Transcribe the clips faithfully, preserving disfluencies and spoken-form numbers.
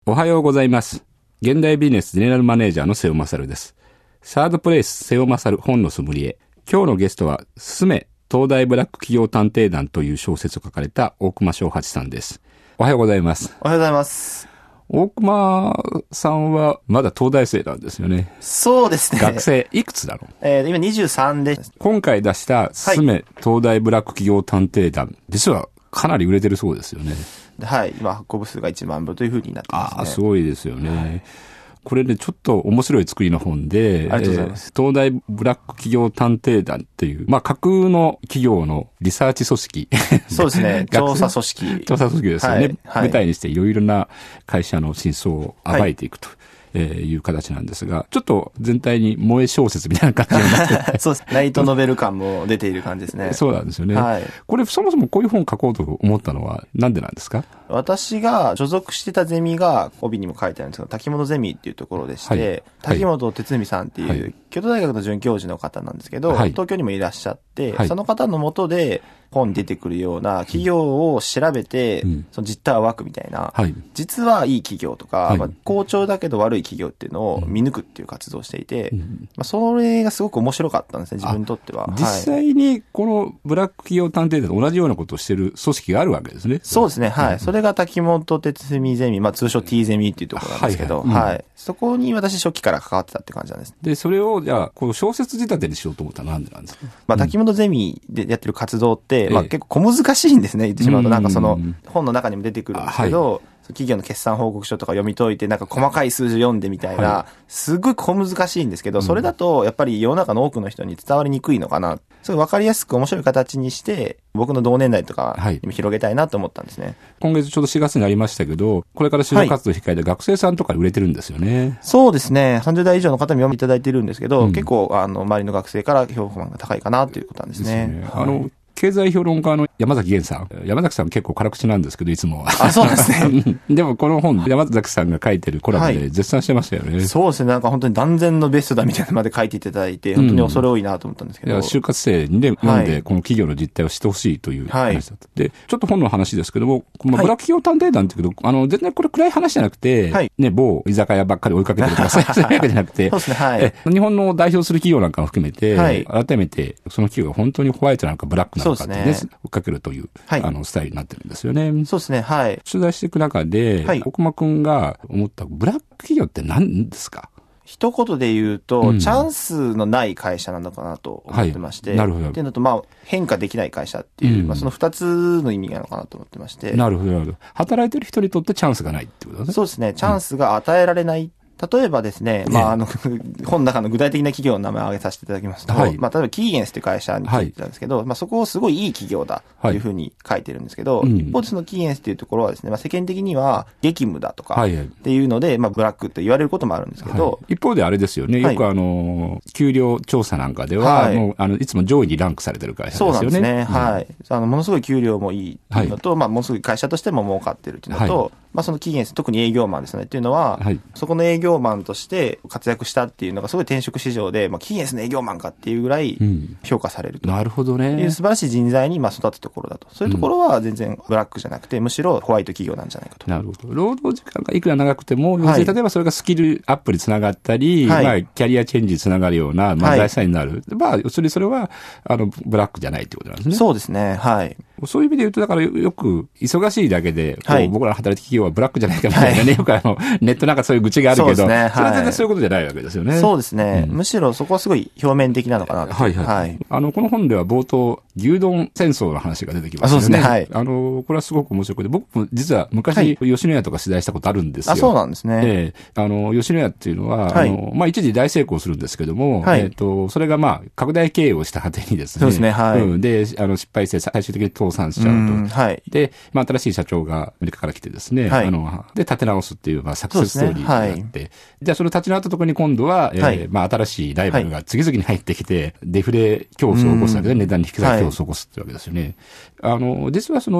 おはようございます。現代ビジネスゼネラルマネージャーの瀬尾勝です。サードプレイス瀬尾勝本のソムリエ。今日のゲストは、すめ東大ブラック企業探偵団という小説を書かれた大熊正八さんです。おはようございます。 おはようございます。 大熊さんはまだ東大生なんですよね。 そうですね。 学生いくつだろう？ えー、今にじゅうさんです。 今回出したすめ東大ブラック企業探偵団、はい、実はかなり売れてるそうですよね。 はい。今、発行部数がいちまんぶというふうになってますね。 ああ、すごいですよね。はい、これね、ちょっと面白い作りの本で、 ありがとうございます。 えー、東大ブラック企業探偵団っていう、まあ、架空の企業のリサーチ組織。 そうですね。調査組織。 調査組織ですよね。はいはい、舞台にしていろいろな会社の真相を暴いていくと。はい、えー、いう形なんですが、ちょっと全体に萌え小説みたいな感じになってそうです。ライトノベル感も出ている感じですね。 そうなんですよね。 はい。 これそもそもこういう本を書こうと思ったのはなんでなんですか？ 私が所属してたゼミが帯にも書いてあるんですけど、滝本ゼミっていうところでして、はい、滝本哲文さんっていう、はい、京都大学の准教授の方なんですけど、はい、東京にもいらっしゃって、はい、その方の下で本に出てくるような企業を調べて、うん、その実態を暴くみたいな、はい、実はいい企業とか、はい、まあ、好調だけど悪い企業っていうのを見抜くっていう活動をしていて、うん、まあ、それがすごく面白かったんですね、自分にとっては。 実際にこのブラック企業探偵団と同じようなことをしている組織があるわけですね。 そうですね、はい。うん、それが滝本哲文ゼミ、まあ通称 T ゼミっていうところなんですけど、はい、はいうんはい、そこに私初期から関わってたって感じなんです。 で、それをじゃあ、この小説仕立てにしようと思ったのはなんでなんですか？ まあ滝本ゼミでやってる活動って、うん、まあ結構小難しいんですね、言ってしまうと。なんかその、本の中にも出てくるんですけど、はい、企業の決算報告書とか読み解いて、なんか細かい数字読んでみたいな、はい、すごい小難しいんですけど、それだとやっぱり世の中の多くの人に伝わりにくいのかな。すごい分かりやすく面白い形にして、僕の同年代とかにも広げたいなと思ったんですね。はい、 今月ちょうどしがつになりましたけど、これから就職活動を控えて学生さんとかに売れてるんですよね。はい、 そうですね。さんじゅう代以上の方に読んでいただいてるんですけど、うん、結構、あの、周りの学生から評価が高いかなということなんですね。ですね。 あの、はい経済評論家の山崎源さん。山崎さん結構辛口なんですけど、いつもは。 あ、そうなんですね。 でもこの本、山崎さんが書いてるコラムで絶賛してましたよね。 はい、そうですね。なんか本当に断然のベストだみたいなまで書いていただいて、本当に恐れ多いなと思ったんですけど。うん、いや就活生に、ね、読んで、この企業の実態を知ってほしいという話だった。はい、で、ちょっと本の話ですけども、まあ、ブラック企業探偵団って言うけど、あの、全然これ暗い話じゃなくて、はい、ね、某居酒屋ばっかり追いかけてるとか、そういうわけじゃなくて、 そうですね、はい。 日本の代表する企業なんかも含めて、はい、改めて、その企業が本当にホワイトなのかブラックなのかってね、追っかけるという、はい、あの、スタイルになってるんですよね。 そうですね、はい。 取材していく中で、はい、大熊くんが思ったブラック企業って何ですか？ 一言で言うと、うん、チャンスのない会社なのかなと思ってまして、はい、 なるほど。 っていうのと、まあ、変化できない会社っていう、うん、まあ、その二つの意味なのかなと思ってまして。 なるほど、なるほど。働いてる人にとってチャンスがないってことですね。 そうですね、チャンスが与えられない。例えばですね、まあ、あの、本の中の具体的な企業の名前を挙げさせていただきますと、はい、まあ、例えばキーエンスという会社についてたんですけど、はい、まあ、そこをすごいいい企業だというふうに書いてるんですけど、はい、一方でそのキーエンスというところはですね、まあ、世間的には激務だとかっていうので、まあ、ブラックって言われることもあるんですけど、はい、 一方であれですよね、よくあの、給料調査なんかでは、はい、もう、あの、いつも上位にランクされてる会社ですよね。 そうなんですね。うん、はい。あの、ものすごい給料もいいっていうのと、はい、まあ、ものすごい会社としても儲かってるっていうのと、はい、まあ、そのキーエンス、特に営業マンですねっていうのは、はい、そこの営業マンとして活躍したっていうのがすごい転職市場で、まあ、キーエンスの営業マンかっていうぐらい評価されると。 うん、なるほどね。 いう素晴らしい人材にまあ育つところだと。そういうところは全然ブラックじゃなくて、むしろホワイト企業なんじゃないかと。 なるほど。労働時間がいくら長くても、はい、例えばそれがスキルアップにつながったり、はい、まあ、キャリアチェンジにつながるような、まあ、財産になる。はい、まあ、要するにそれは、あの、ブラックじゃないってことなんですね。 そうですね。はい。 そういう意味で言うと、だからよく、忙しいだけで、はい、僕らの働いて企業はブラックじゃないかみたいなね、はい、よくあの、ネットなんかそういう愚痴があるけど、そうですね、はい、それは全然そういうことじゃないわけですよね。 そうですね。うん、むしろそこはすごい表面的なのかなと。 はいはい。はい、あの、この本では冒頭、牛丼戦争の話が出てきますよね。 あ、そうですね。はい。 あの、これはすごく面白くて、僕も実は昔、はい、吉野家とか取材したことあるんですよ。 あ、そうなんですね。 ええー、あの、吉野家っていうのは、はい、あの、まあ、一時大成功するんですけども、はい、えっ、ー、と、それがまあ、拡大経営をした果てにですね。 そうですね、はい。 うん、で、あの、失敗して最終的に倒産しちゃうと。 はい。 で、まあ、新しい社長がアメリカから来てですね、はい、あの、で、立て直すっていう、まあ、サクセスストーリーがあって、ね、はい、じゃあその立ち直ったところに今度は、えーはい、まあ、新しいライバルが次々に入ってきて、デフレ競争を起こすわけで、値段に引き下げ競争を起こすってわけですよね。あの、実はその、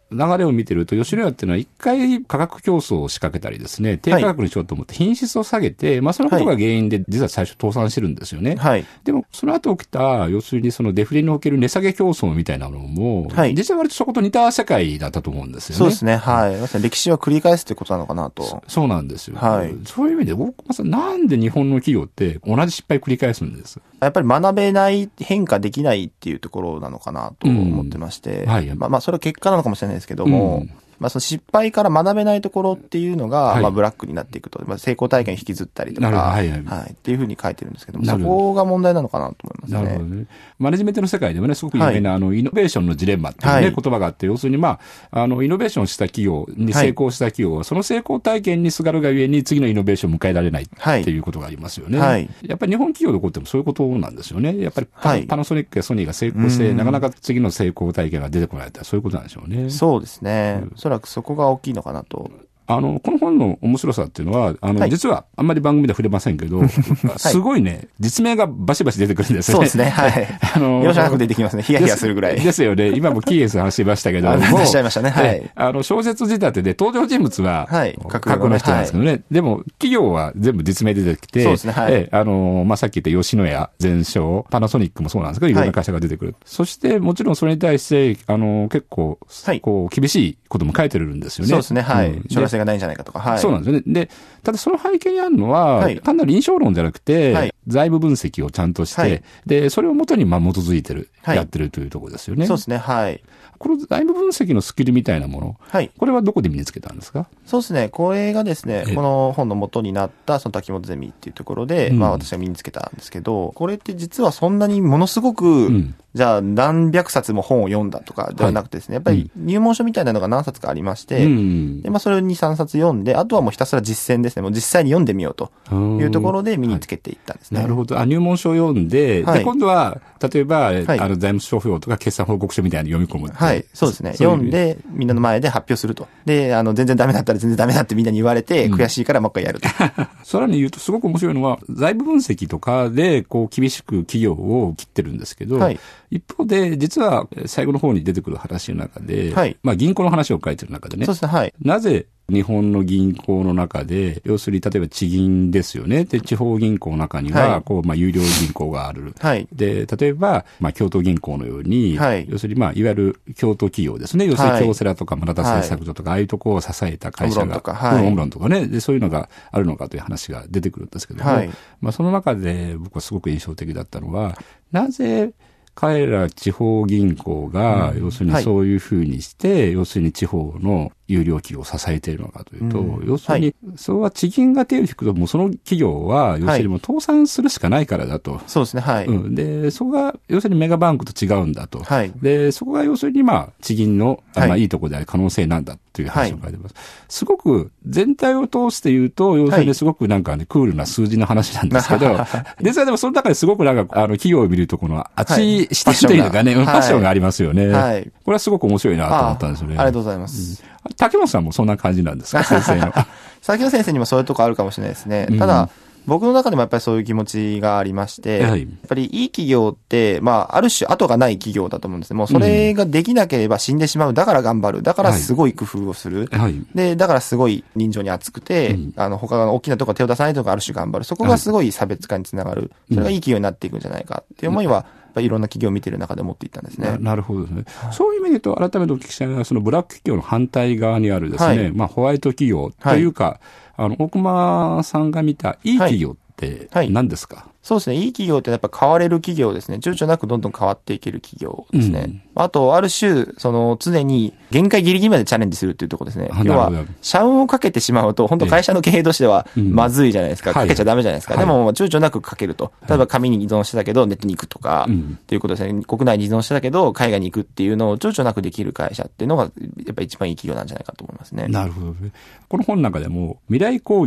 流れを見てると、吉野家っていうのは一回価格競争を仕掛けたりですね、低価格にしようと思って品質を下げて、はい、まあそのことが原因で実は最初倒産してるんですよね。はい。でも、その後起きた、要するにそのデフレにおける値下げ競争みたいなのも、はい、実は割とそこと似た世界だったと思うんですよね。 そうですね。はい。まさに歴史は繰り返すということなのかなと。 そ, そうなんですよ。はい。そういう意味で、大熊さん、なんで日本の企業って同じ失敗を繰り返すんです？ やっぱり学べない、変化できないっていうところなのかなと思ってまして、うん、はい。まあまあ、それは結果なのかもしれないですけども、うんまあその失敗から学べないところっていうのが、はい、まあブラックになっていくと、まあ成功体験を引きずったりとか、はいはい、はい、っていうふうに書いてるんですけども、そこが問題なのかなと思いますね。なるほどね。 マネジメントの世界でもね、すごく有名な、はい、あの、イノベーションのジレンマっていうね、はい、言葉があって、要するにまあ、あの、イノベーションした企業に成功した企業は、はい、その成功体験にすがるがゆえに次のイノベーションを迎えられないっていうことがありますよね。はい、やっぱり日本企業で起こってもそういうことなんですよね。やっぱりパ、はい、パナソニックやソニーが成功して、なかなか次の成功体験が出てこないってそういうことなんでしょうね。 そうですね。おそらくそこが大きいいいのかなと。 あの、この本の面白さっていうのは、あの、はい、実はあんまり番組では触れませんけど、はい、すごいね、実名がバシバシ出てくるんですよね。 そうですね、はい。あの、容赦なく出てきますね。ヒヤヒヤするぐらい。 です、ですよね。今もキーエス話しましたけども。 話しちゃいましたね、はい。 あの、小説仕立てで登場人物は、はい、架空の人なんですけどね。はい、でも、企業は全部実名で出てきて、そうですね、はい。え、あの、まあ、さっき言った吉野家、全商、パナソニックもそうなんですけど、いろんな会社が出てくる。はい、そして、もちろんそれに対して、あの、結構、はい、こう、厳しいことも書いてるんですよね。 そうですね、はい。将来性がないんじゃないかとか、はい。 そうなんですよね。で、ただその背景にあるのは、はい、単なる印象論じゃなくて、はい、財務分析をちゃんとして、はい、で、それをもとにまあ基づいてる、はい、やってるというところですよね。 そうですね、はい。 この財務分析のスキルみたいなもの、はい、これはどこで身につけたんですか？ そうですね、これがですね、この本の元になったその滝本ゼミっていうところで、うん、まあ私が身につけたんですけど、これって実はそんなにものすごく、うん、じゃあ何百冊も本を読んだとかではなくてですね、やっぱり入門書みたいなのが何冊かありまして、うん、でまあそれをに、さんさつ読んで、あとはもうひたすら実践ですね、もう実際に読んでみようというところで身につけていったんですね。 はい、なるほど。あ、入門書を読んで、はい、で今度は例えば、はい、あの財務諸表とか決算報告書みたいに読み込む。 はい、そうですね。読んで、みんなの前で発表すると。で、あの、全然ダメだったら全然ダメだってみんなに言われて、うん、悔しいからもう一回やると。 さらに言うと、すごく面白いのは、財務分析とかで、こう、厳しく企業を切ってるんですけど、はい、一方で、実は、最後の方に出てくる話の中で、はい、まあ、銀行の話を書いてる中でね。 そうですね、はい。 なぜ、日本の銀行の中で、要するに例えば地銀ですよね。で、地方銀行の中には、こう、まあ、有料銀行がある。はい。で、例えば、まあ、京都銀行のように、はい。要するに、まあ、いわゆる京都企業ですね。要するに京セラとか村田製作所とか、ああいうところを支えた会社が、オムロンとか、はい。オムロンとかね。で、そういうのがあるのかという話が出てくるんですけども、はい。まあ、その中で僕はすごく印象的だったのは、なぜ、彼ら地方銀行が、要するにそういうふうにして、はい、要するに地方の有料企業を支えているのかというと、うん、要するに、はい、それは地銀が手を引くと、もうその企業は、要するにもう倒産するしかないからだと。はい、 そうですね、はい。 うん。で、そこが、要するにメガバンクと違うんだと。はい。で、そこが要するに、まあ、地銀の、はい、まあ、いいところである可能性なんだという話を書いてます。はい、すごく、全体を通して言うと、要するにすごくなんかね、クールな数字の話なんですけど、実はでもその中ですごくなんか、あの、企業を見ると、この、熱い視点というかね、パッションがありますよね。はい。これはすごく面白いなと思ったんですよね。 ありがとうございます。 うん、竹本さんもそんな感じなんですか、先生の。 先の先生にもそういうとこあるかもしれないですね。ただ、うん、僕の中でもやっぱりそういう気持ちがありまして、はい、やっぱりいい企業って、まあ、ある種後がない企業だと思うんですね。もうそれができなければ死んでしまう。だから頑張る。だからすごい工夫をする。はい、で、だからすごい人情に熱くて、うん、あの、他の大きなところ手を出さないところがある種頑張る。そこがすごい差別化につながる。それがいい企業になっていくんじゃないかっていう思いは、いろんな企業を見ている中で持っていったんですね。 な, なるほどですね。そういう意味で言うと、改めてお聞きしたいのは、そのブラック企業の反対側にあるですね、はい、まあホワイト企業というか、はい、あの、大熊さんが見たいい企業って何ですか？はいはい、 そうですね。いい企業ってやっぱ変われる企業ですね。躊躇なくどんどん変わっていける企業ですね。うん、あと、ある種、その常に限界ギリギリまでチャレンジするっていうところですね。要は、社運をかけてしまうと、本当会社の経営としてはまずいじゃないですか。うん、かけちゃダメじゃないですか。はい、でも、躊躇なくかけると。例えば紙に依存してたけど、ネットに行くとか、っていうことですね。国内に依存してたけど、海外に行くっていうのを躊躇なくできる会社っていうのが、やっぱり一番いい企業なんじゃないかと思いますね。 なるほどね。この本の中でも、未来工業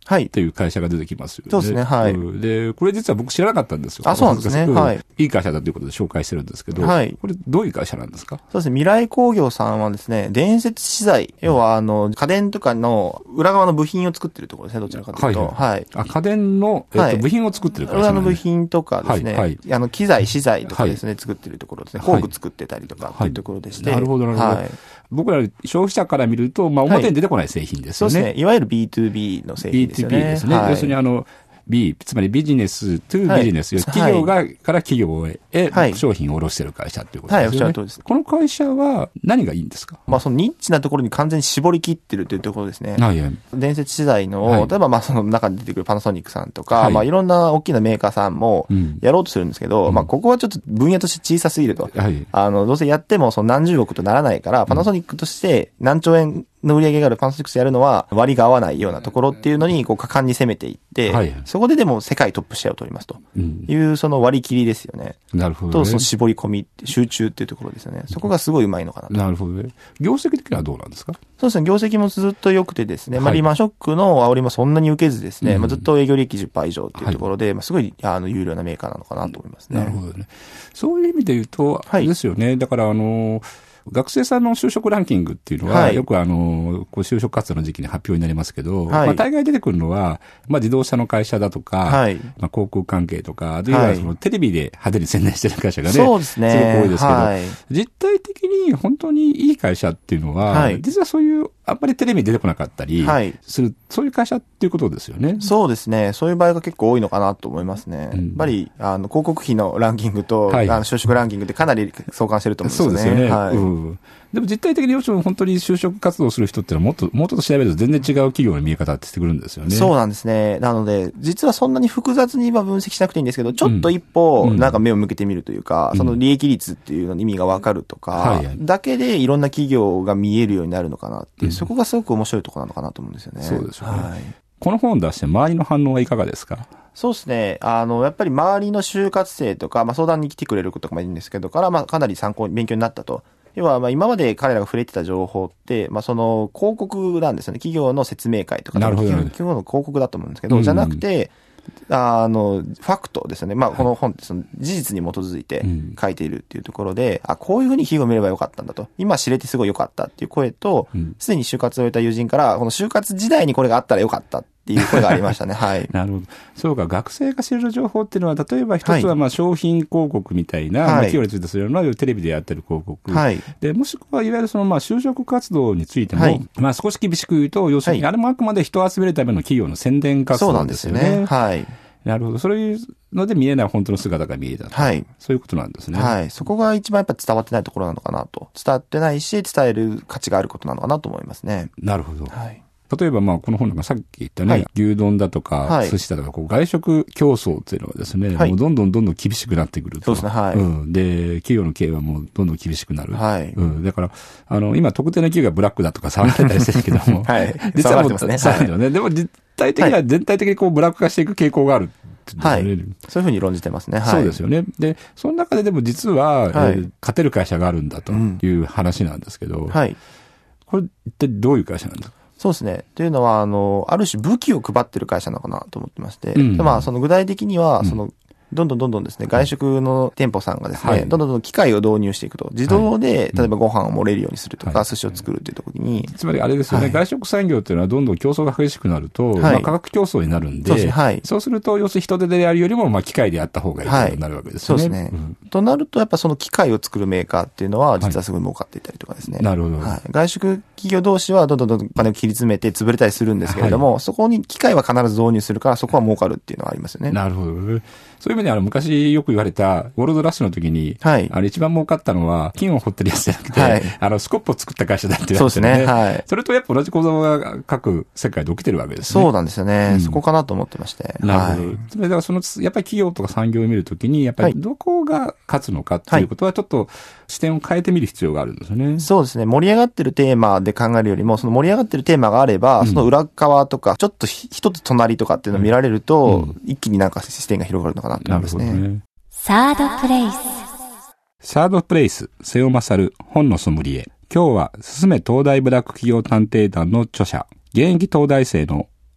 っていう会社が出てきますよね。 そうですね、はい。 で、これ実は僕知らなかったんですよ。 あ、そうなんですね。はい。 いい会社だということで紹介してるんですけど、はい。これどういう会社なんですか？ そうですね、未来工業さんはですね、伝説資材、要はあの、家電とかの裏側の部品を作ってるところですね、どちらかというと。はい。はい、 あ、家電の、えっと、部品を作ってる会社なんですね。 裏の部品とかですね、はい。はい、あの、機材、資材とかですね、はい、作ってるところですね。工具作ってたりとかっていうところでして。 はいはい、なるほど、なるほど。はい、僕ら消費者から見ると、まあ、表に出てこない製品ですよね。 そうですね。いわゆる ビーツービー の製品ですよね。ビーツービー ですね。 はい、要するにあの、B、つまりビジネストゥビジネス、はい、企業が、はい、から企業へ、はい、商品を卸している会社ということですね。はい、おっしゃる通りです。 この会社は何がいいんですか？ まあそのニッチなところに完全に絞り切ってるというところですね。はい、はい。伝説資材の、はい、例えばまあその中に出てくるパナソニックさんとか、はい、まあいろんな大きなメーカーさんもやろうとするんですけど、うん、まあここはちょっと分野として小さすぎると。はい、あの、どうせやってもその何十億とならないから、パナソニックとして何兆円の売り上げがあるパナソニックスやるのは割が合わないようなところっていうのにこう果敢に攻めていって、はい、そこででも世界トップシェアを取りますというその割り切りですよね。 なるほど、ね。 とその絞り込み、集中っていうところですよね。そこがすごいうまいのかなと。 なるほどね。業績的にはどうなんですか？ そうですね。業績もずっと良くてですね。まあリーマンショックの煽りもそんなに受けずですね。うん、まあずっと営業利益 じゅっパーセント 以上っていうところで、はい、まあすごいあの有料なメーカーなのかなと思いますね。 なるほどね。そういう意味で言うと、はい、ですよね。だからあのー、学生さんの就職ランキングっていうのは、はい、よくあの、こう就職活動の時期に発表になりますけど、はい、まあ大概出てくるのは、まあ自動車の会社だとか、はい、まあ航空関係とか、あるいはそのテレビで派手に宣伝してる会社がね、そうですね、すごく多いですけど、はい、実態的に本当にいい会社っていうのは、はい、実はそういう、あんまりテレビに出てこなかったりする、はい、そういう会社っていうことですよね。 そうですね。そういう場合が結構多いのかなと思いますね。うん、やっぱり、あの、広告費のランキングと、はい、あの就職ランキングってかなり相関してると思うんですよね。そうですよね。はい、うん、 でも実態的に本当に就職活動する人ってのはもっと、もうちょっと調べると全然違う企業の見え方ってしてくるんですよね。 そうなんですね。なので、実はそんなに複雑に今分析しなくていいんですけど、ちょっと一歩、なんか目を向けてみるというか、うん、その利益率っていうのの意味がわかるとか、うん、だけでいろんな企業が見えるようになるのかなっていう、うん、そこがすごく面白いところなのかなと思うんですよね。 そうですよね。はい、この本を出して周りの反応はいかがですか？ そうですね。あの、やっぱり周りの就活生とか、まあ相談に来てくれることもいるんですけど、から、まあかなり参考に、勉強になったと。要は、まあ今まで彼らが触れてた情報って、まあその広告なんですよね。企業の説明会とか、企業の広告だと思うんですけど、うん、じゃなくて、あの、ファクトですよね。まあこの本ってその事実に基づいて書いているっていうところで、うん、あ、こういうふうに企業を見ればよかったんだと。今知れてすごいよかったっていう声と、すで、うん、に就活を終えた友人から、この就活時代にこれがあったらよかったっていう声がありましたね。はい。 なるほど。そうか、学生が知れる情報っていうのは、例えば一つはまあ商品広告みたいな、はい、まあ企業についてするのはテレビでやってる広告。はい。で、もしくはいわゆるそのまあ就職活動についても、はい、まあ少し厳しく言うと、要するにあれもあくまで人を集めるための企業の宣伝活動ですよね。そうなんですよね。はい。なるほど。そういうので見えない本当の姿が見えた。はい。そういうことなんですね。 はい。そこが一番やっぱ伝わってないところなのかなと。伝わってないし、伝える価値があることなのかなと思いますね。 なるほど。はい。例えばまあこの本なんかさっき言ったね、はい、牛丼だとか、はい、寿司だとか、こう外食競争っていうのはですね、はい、もうどんどんどんどん厳しくなってくると。そうですね、はい。うん。で、企業の経営はもうどんどん厳しくなる。はい。うん。だから、あの、今特定の企業がブラックだとか騒がれたりしてるけども、はい。実はもう、そうですよね。でも実体的には全体的にこうブラック化していく傾向がある。 はい。そういうふうに論じてますね。はい。 そうですよね。で、その中ででも実は、はいえー、勝てる会社があるんだという話なんですけど、うん、はい。これ一体どういう会社なんですか？ そうですね。というのは、あの、ある種武器を配ってる会社なのかなと思ってまして、うん、まあ、その具体的には、その、うんどんどんどんどんですね、外食の店舗さんがですね、はい、どんどんどんどん機械を導入していくと。自動で、はい、例えばご飯を盛れるようにするとか、はい、寿司を作るっていうところに。 つまりあれですよね、はい、外食産業っていうのはどんどん競争が激しくなると、はい、まあ価格競争になるんで、そうですね、はい、そうすると、要するに人手でやるよりも、まあ機械でやった方がいいということになるわけですよね。はい、そうですね、うん。となると、やっぱその機械を作るメーカーっていうのは、実はすごい儲かっていたりとかですね。はい、なるほど、はい。外食企業同士はどんどんどんどんお金を切り詰めて潰れたりするんですけれども、はい、そこに機械は必ず導入するから、そこは儲かるっていうのはありますよね。 なるほど。そういう意味では、昔よく言われた、ゴールドラッシュの時に、はい、あの一番儲かったのは、金を掘ってるやつじゃなくて、はい、あの、スコップを作った会社だって言われて、ね、そうですね。はい。それとやっぱ同じ構造が各世界で起きてるわけですね。 そうなんですよね。うん、そこかなと思ってまして。 なるほど。はい、それではその、やっぱり企業とか産業を見るときに、やっぱりどこが勝つのかっていうことは、ちょっと視点を変えてみる必要があるんですよね。はい、 そうですね。盛り上がってるテーマで考えるよりも、その盛り上がってるテーマがあれば、うん、その裏側とか、ちょっと一つ隣とかっていうのを見られると、うん、一気になんか視点が広がるのかなと思いますね。なるほどね。 サードプレイス。 サードプレイス、瀬尾勝、本のソムリエ。今日は、すすめ東大ブラック企業探偵団の著者、現役東大生の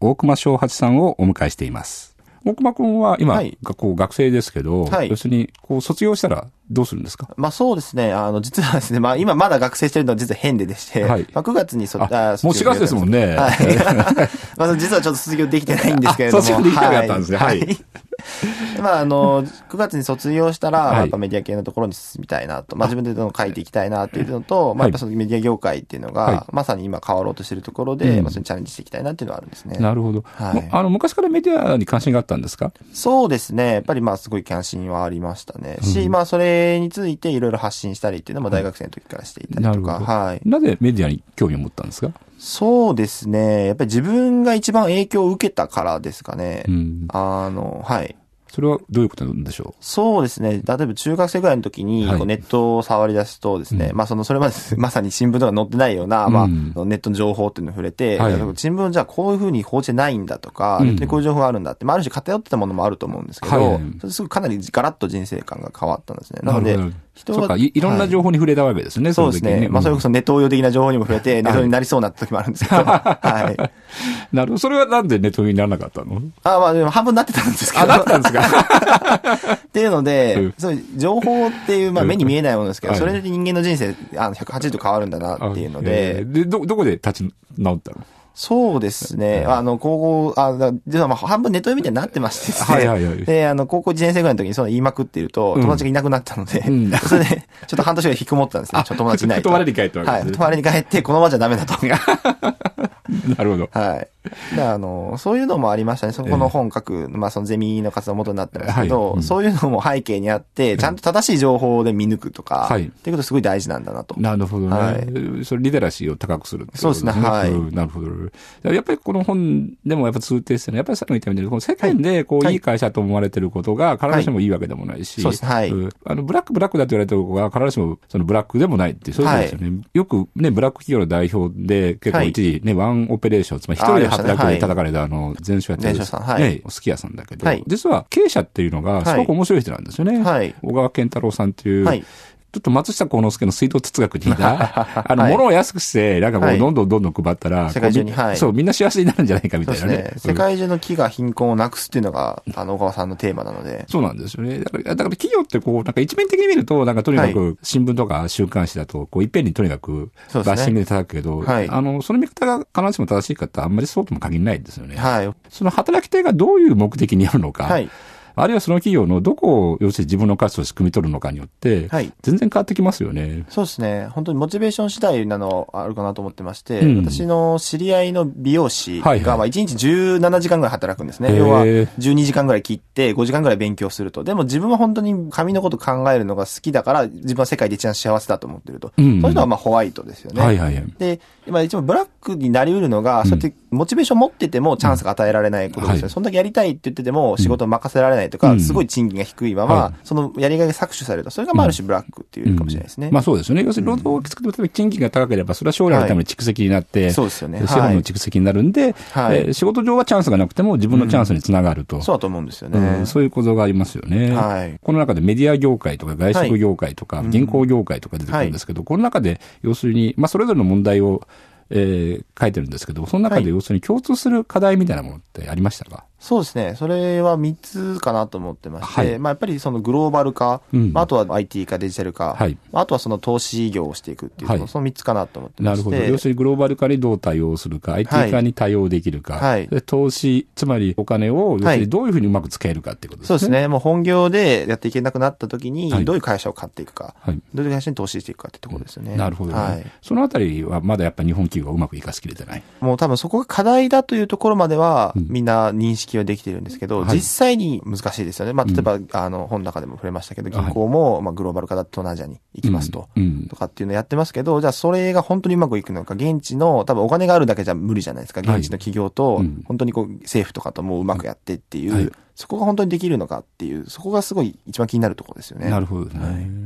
大熊正八さんをお迎えしています。大熊くんは今、はい、学校学生ですけど、はい、要するに、こう、卒業したらどうするんですか？ まあそうですね。あの、実はですね、まあ今まだ学生してるのは実は変ででして、はい、まあくがつにそ、 あ、もうしがつですもんね。 はい。まあ実はちょっと卒業できてないんですけれども。 卒業できなかったんですね。はい。はい、 まああの、くがつに卒業したら、はい、やっぱメディア系のところに進みたいなと、まあ自分で書いていきたいなっていうのと、はい、まあやっぱそのメディア業界っていうのが、はい、まさに今変わろうとしているところで、うん、まあそれにチャレンジしていきたいなっていうのはあるんですね。 なるほど。はい。あの、昔からメディアに関心があったんですか？ そうですね。やっぱりまあすごい関心はありましたね。うん、し、まあそれについていろいろ発信したりっていうのも大学生の時からしていたりとか。はい。 なぜメディアに興味を持ったんですか？ そうですね。やっぱり自分が一番影響を受けたからですかね。うん、あの、はい。 それはどういうことなんでしょう？ そうですね。例えば中学生ぐらいの時に、こうネットを触り出すとですね、はい、まあその、それまでまさに新聞とか載ってないような、うん、まあネットの情報っていうのを触れて、はい、新聞じゃあこういうふうに報じてないんだとか、うん、ネットにこういう情報があるんだって、まあある種偏ってたものもあると思うんですけど、はい、それすごいかなりガラッと人生観が変わったんですね。なので、 人はそうかい、いろんな情報に触れたわけですね、はい、 そうですね。まあそれこそネット応用的な情報にも触れて、ネットになりそうな時もあるんですけど、はい。 なるほど。それはなんでネットにならなかったの？ あまあでも半分なってたんですけど。 あ、なったんですかっていうので、うん、そういう情報っていう、まあ目に見えないものですけど、うん、それで人間の人生、あの、ひゃくはちじゅうど変わるんだなっていうので。 えー、で、ど、どこで立ち直ったの？ そうですね。あの、高校、あ、実はまあ半分ネット読みたいになってましてですね。はいはいはい。で、あの、高校いちねん生ぐらいの時にそう言いまくっていると、友達がいなくなったので、うん、それで、ちょっと半年ぐらい引きこもったんですね。ちょっと友達いないと。 泊まりに帰ったわけですね。 はい。泊まりに帰って、このままじゃダメだと。 なるほど。 はい。で、あの、そういうのもありましたね。そこの本書く、まあ、そのゼミの活動元になってますけど、はいうん、そういうのも背景にあって、ちゃんと正しい情報で見抜くとか、はい、っていうことすごい大事なんだなと。 なるほどね。はい、それリテラシーを高くするってことですね。 そうですね。はい。 なるほど。やっぱりこの本でもやっぱ通底してるのは、やっぱりさっき言ったように、この世間でこう、いい会社と思われてることが必ずしもいいわけでもないし、はい、そうですね。はい。あの、ブラックブラックだと言われてることが必ずしもそのブラックでもないっていう、そういうことですよね。はい、よくね、ブラック企業の代表で結構一時ね、ワンオペレーション、つまり一人で働くで叩かれたあの、前哨やってる。前哨さん。はい。ね、すき家さんだけど、はい、実は経営者っていうのがすごく面白い人なんですよね。はい。小川健太郎さんっていう、はい。ちょっと松下幸之助の水道哲学に似た、あの、物を安くして、なんかこう、どんどんどんどん配ったら、世界中に、はい。そう、みんな幸せになるんじゃないかみたいなね。そうですね。世界中の飢餓、貧困をなくすっていうのが、あの、小川さんのテーマなので。 そうなんですよね。だから、だから企業ってこう、なんか一面的に見ると、なんかとにかく、新聞とか週刊誌だと、こう、いっぺんにとにかく、バッシングで叩くけど、はい。あの、その見方が必ずしも正しいかってあんまりそうとも限らないですよね。はい。その働き手がどういう目的にあるのか。はい。あるいはその企業のどこを、要するに自分の価値として汲み取るのかによって、はい、全然変わってきますよね。 そうですね。本当にモチベーション次第なのあるかなと思ってまして、うん、私の知り合いの美容師が、まあいちにちじゅうななじかんぐらい働くんですね。要はじゅうにじかんぐらい切ってごじかんぐらい勉強すると。でも自分は本当に髪のこと考えるのが好きだから、自分は世界で一番幸せだと思ってると。うん、そういうのはまあホワイトですよね。はいはいはい、で、まあ一番ブラックになり得るのが、うん、そうやってモチベーション持っててもチャンスが与えられないことですよね。うんはい、そんだけやりたいって言ってても仕事を任せられないとか、うん、すごい賃金が低いまま、はい、そのやりがいが搾取されると、それがまあある種ブラックっていうかもしれないですね。 うんうん、まあそうですよね。要するに労働をきつくても賃金が高ければ、それは将来のための蓄積になって、はい、そうですよね。資本の蓄積になるんで、はいえー、仕事上はチャンスがなくても自分のチャンスにつながると。うん、 そうだと思うんですよね、 うん。そういう構造がありますよね。はい。この中でメディア業界とか外食業界とか、銀行業界とか出てくるんですけど、はい、この中で要するに、まあそれぞれの問題をえー、書いてるんですけど、その中で要するに共通する課題みたいなものってありましたか？ そうですね。それはみっつかなと思ってまして、はい、まあやっぱりそのグローバル化、うんまあ、あとは アイティー 化、デジタル化、はい、あとはその投資業をしていくっていう、はい、そのみっつかなと思ってまして。 なるほど。要するにグローバル化にどう対応するか、アイティー 化に対応できるか、はい、で投資、つまりお金を要するにどういうふうにうまく使えるかっていうことですね。 そうですね。もう本業でやっていけなくなった時に、どういう会社を買っていくか、はい、どういう会社に投資していくかってところですよね。 うん、なるほど、ね。はい。そのあたりはまだやっぱり日本企業がうまく活かしきれてない。 もう多分そこが課題だというところまでは、みんな認識はできてるんですけど、うん、実際に難しいですよね。まあ、例えば、うん、あの、本の中でも触れましたけど、銀行も、はい、まあ、グローバル化だと東南アジアに行きますと、うん、とかっていうのをやってますけど、じゃあそれが本当にうまくいくのか、現地の、多分お金があるだけじゃ無理じゃないですか。現地の企業と、はい、本当にこう、政府とかともうまくやってっていう、はい、そこが本当にできるのかっていう、そこがすごい一番気になるところですよね。 なるほどね。はい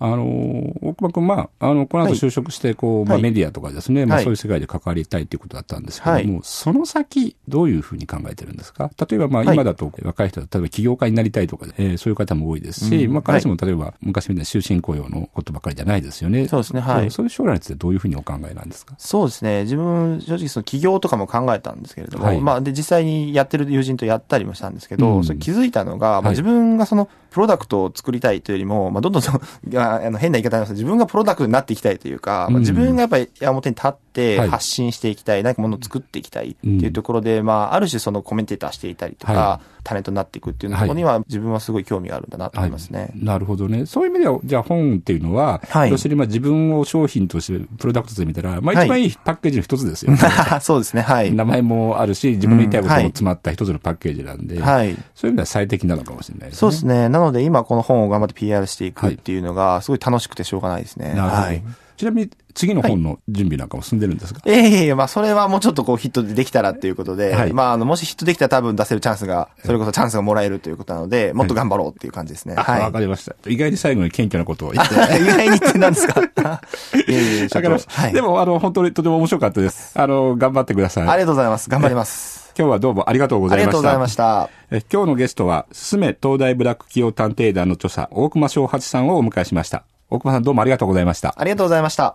あの、大熊君、まあ、あの、この後就職して、こう、はい、まあ、メディアとかですね、はい、まあ、そういう世界で関わりたいということだったんですけども、はい、その先、どういうふうに考えてるんですか？例えば、まあ、今だと、若い人は、例えば起業家になりたいとか、えー、そういう方も多いですし、うん、まあ、彼氏も例えば、昔みたいな終身雇用のことばかりじゃないですよね。 そうですね、はい。 そういう将来についてどういうふうにお考えなんですか？ そうですね、自分、正直その起業とかも考えたんですけれども、はい、まあ、で、実際にやってる友人とやったりもしたんですけど、うん、それ気づいたのが、まあ、自分がその、プロダクトを作りたいというよりも、まあ、どんどんその、あの変な言い方になりますけど、自分がプロダクトになっていきたいというか、まあ、自分がやっぱり表に立って発信していきたい、はい、何かものを作っていきたいっていうところで、うん、まあ、ある種そのコメンテーターしていたりとか、はい、タレントになっていくっていうところには、自分はすごい興味があるんだなと思いますね。はい、 なるほどね。そういう意味では、じゃあ本っていうのは、はい、要するにまあ自分を商品としてプロダクトで見たら、まあ一番いいパッケージの一つですよね。 はい、そうですね。はい。 名前もあるし、自分の言いたいことも詰まった一つのパッケージなんで、うんはい、そういう意味では最適なのかもしれないですね。 そうですね。なので今この本を頑張って ピーアール していくっていうのが、すごい楽しくてしょうがないですね。 なるほど。はい、ちなみに次の本の準備なんかも進んでるんですか？ はい、ええー、まあそれはもうちょっとこうヒットでできたらっていうことで、はい、まああのもしヒットできたら多分出せるチャンスが、それこそチャンスがもらえるということなので、もっと頑張ろうっていう感じですね。 はい。わ、はい、かりました。意外に最後に謙虚なことを言って。 意外にって何ですか？いやいや、 わかりました。はい、でもあの本当にとても面白かったです。あの頑張ってください。 ありがとうございます。頑張ります。 今日はどうもありがとうございました。ありがとうございました。 え今日のゲストは、すすめ東大ブラック企業探偵団の著者、大熊正八さんをお迎えしました。大熊さんどうもありがとうございました。 ありがとうございました。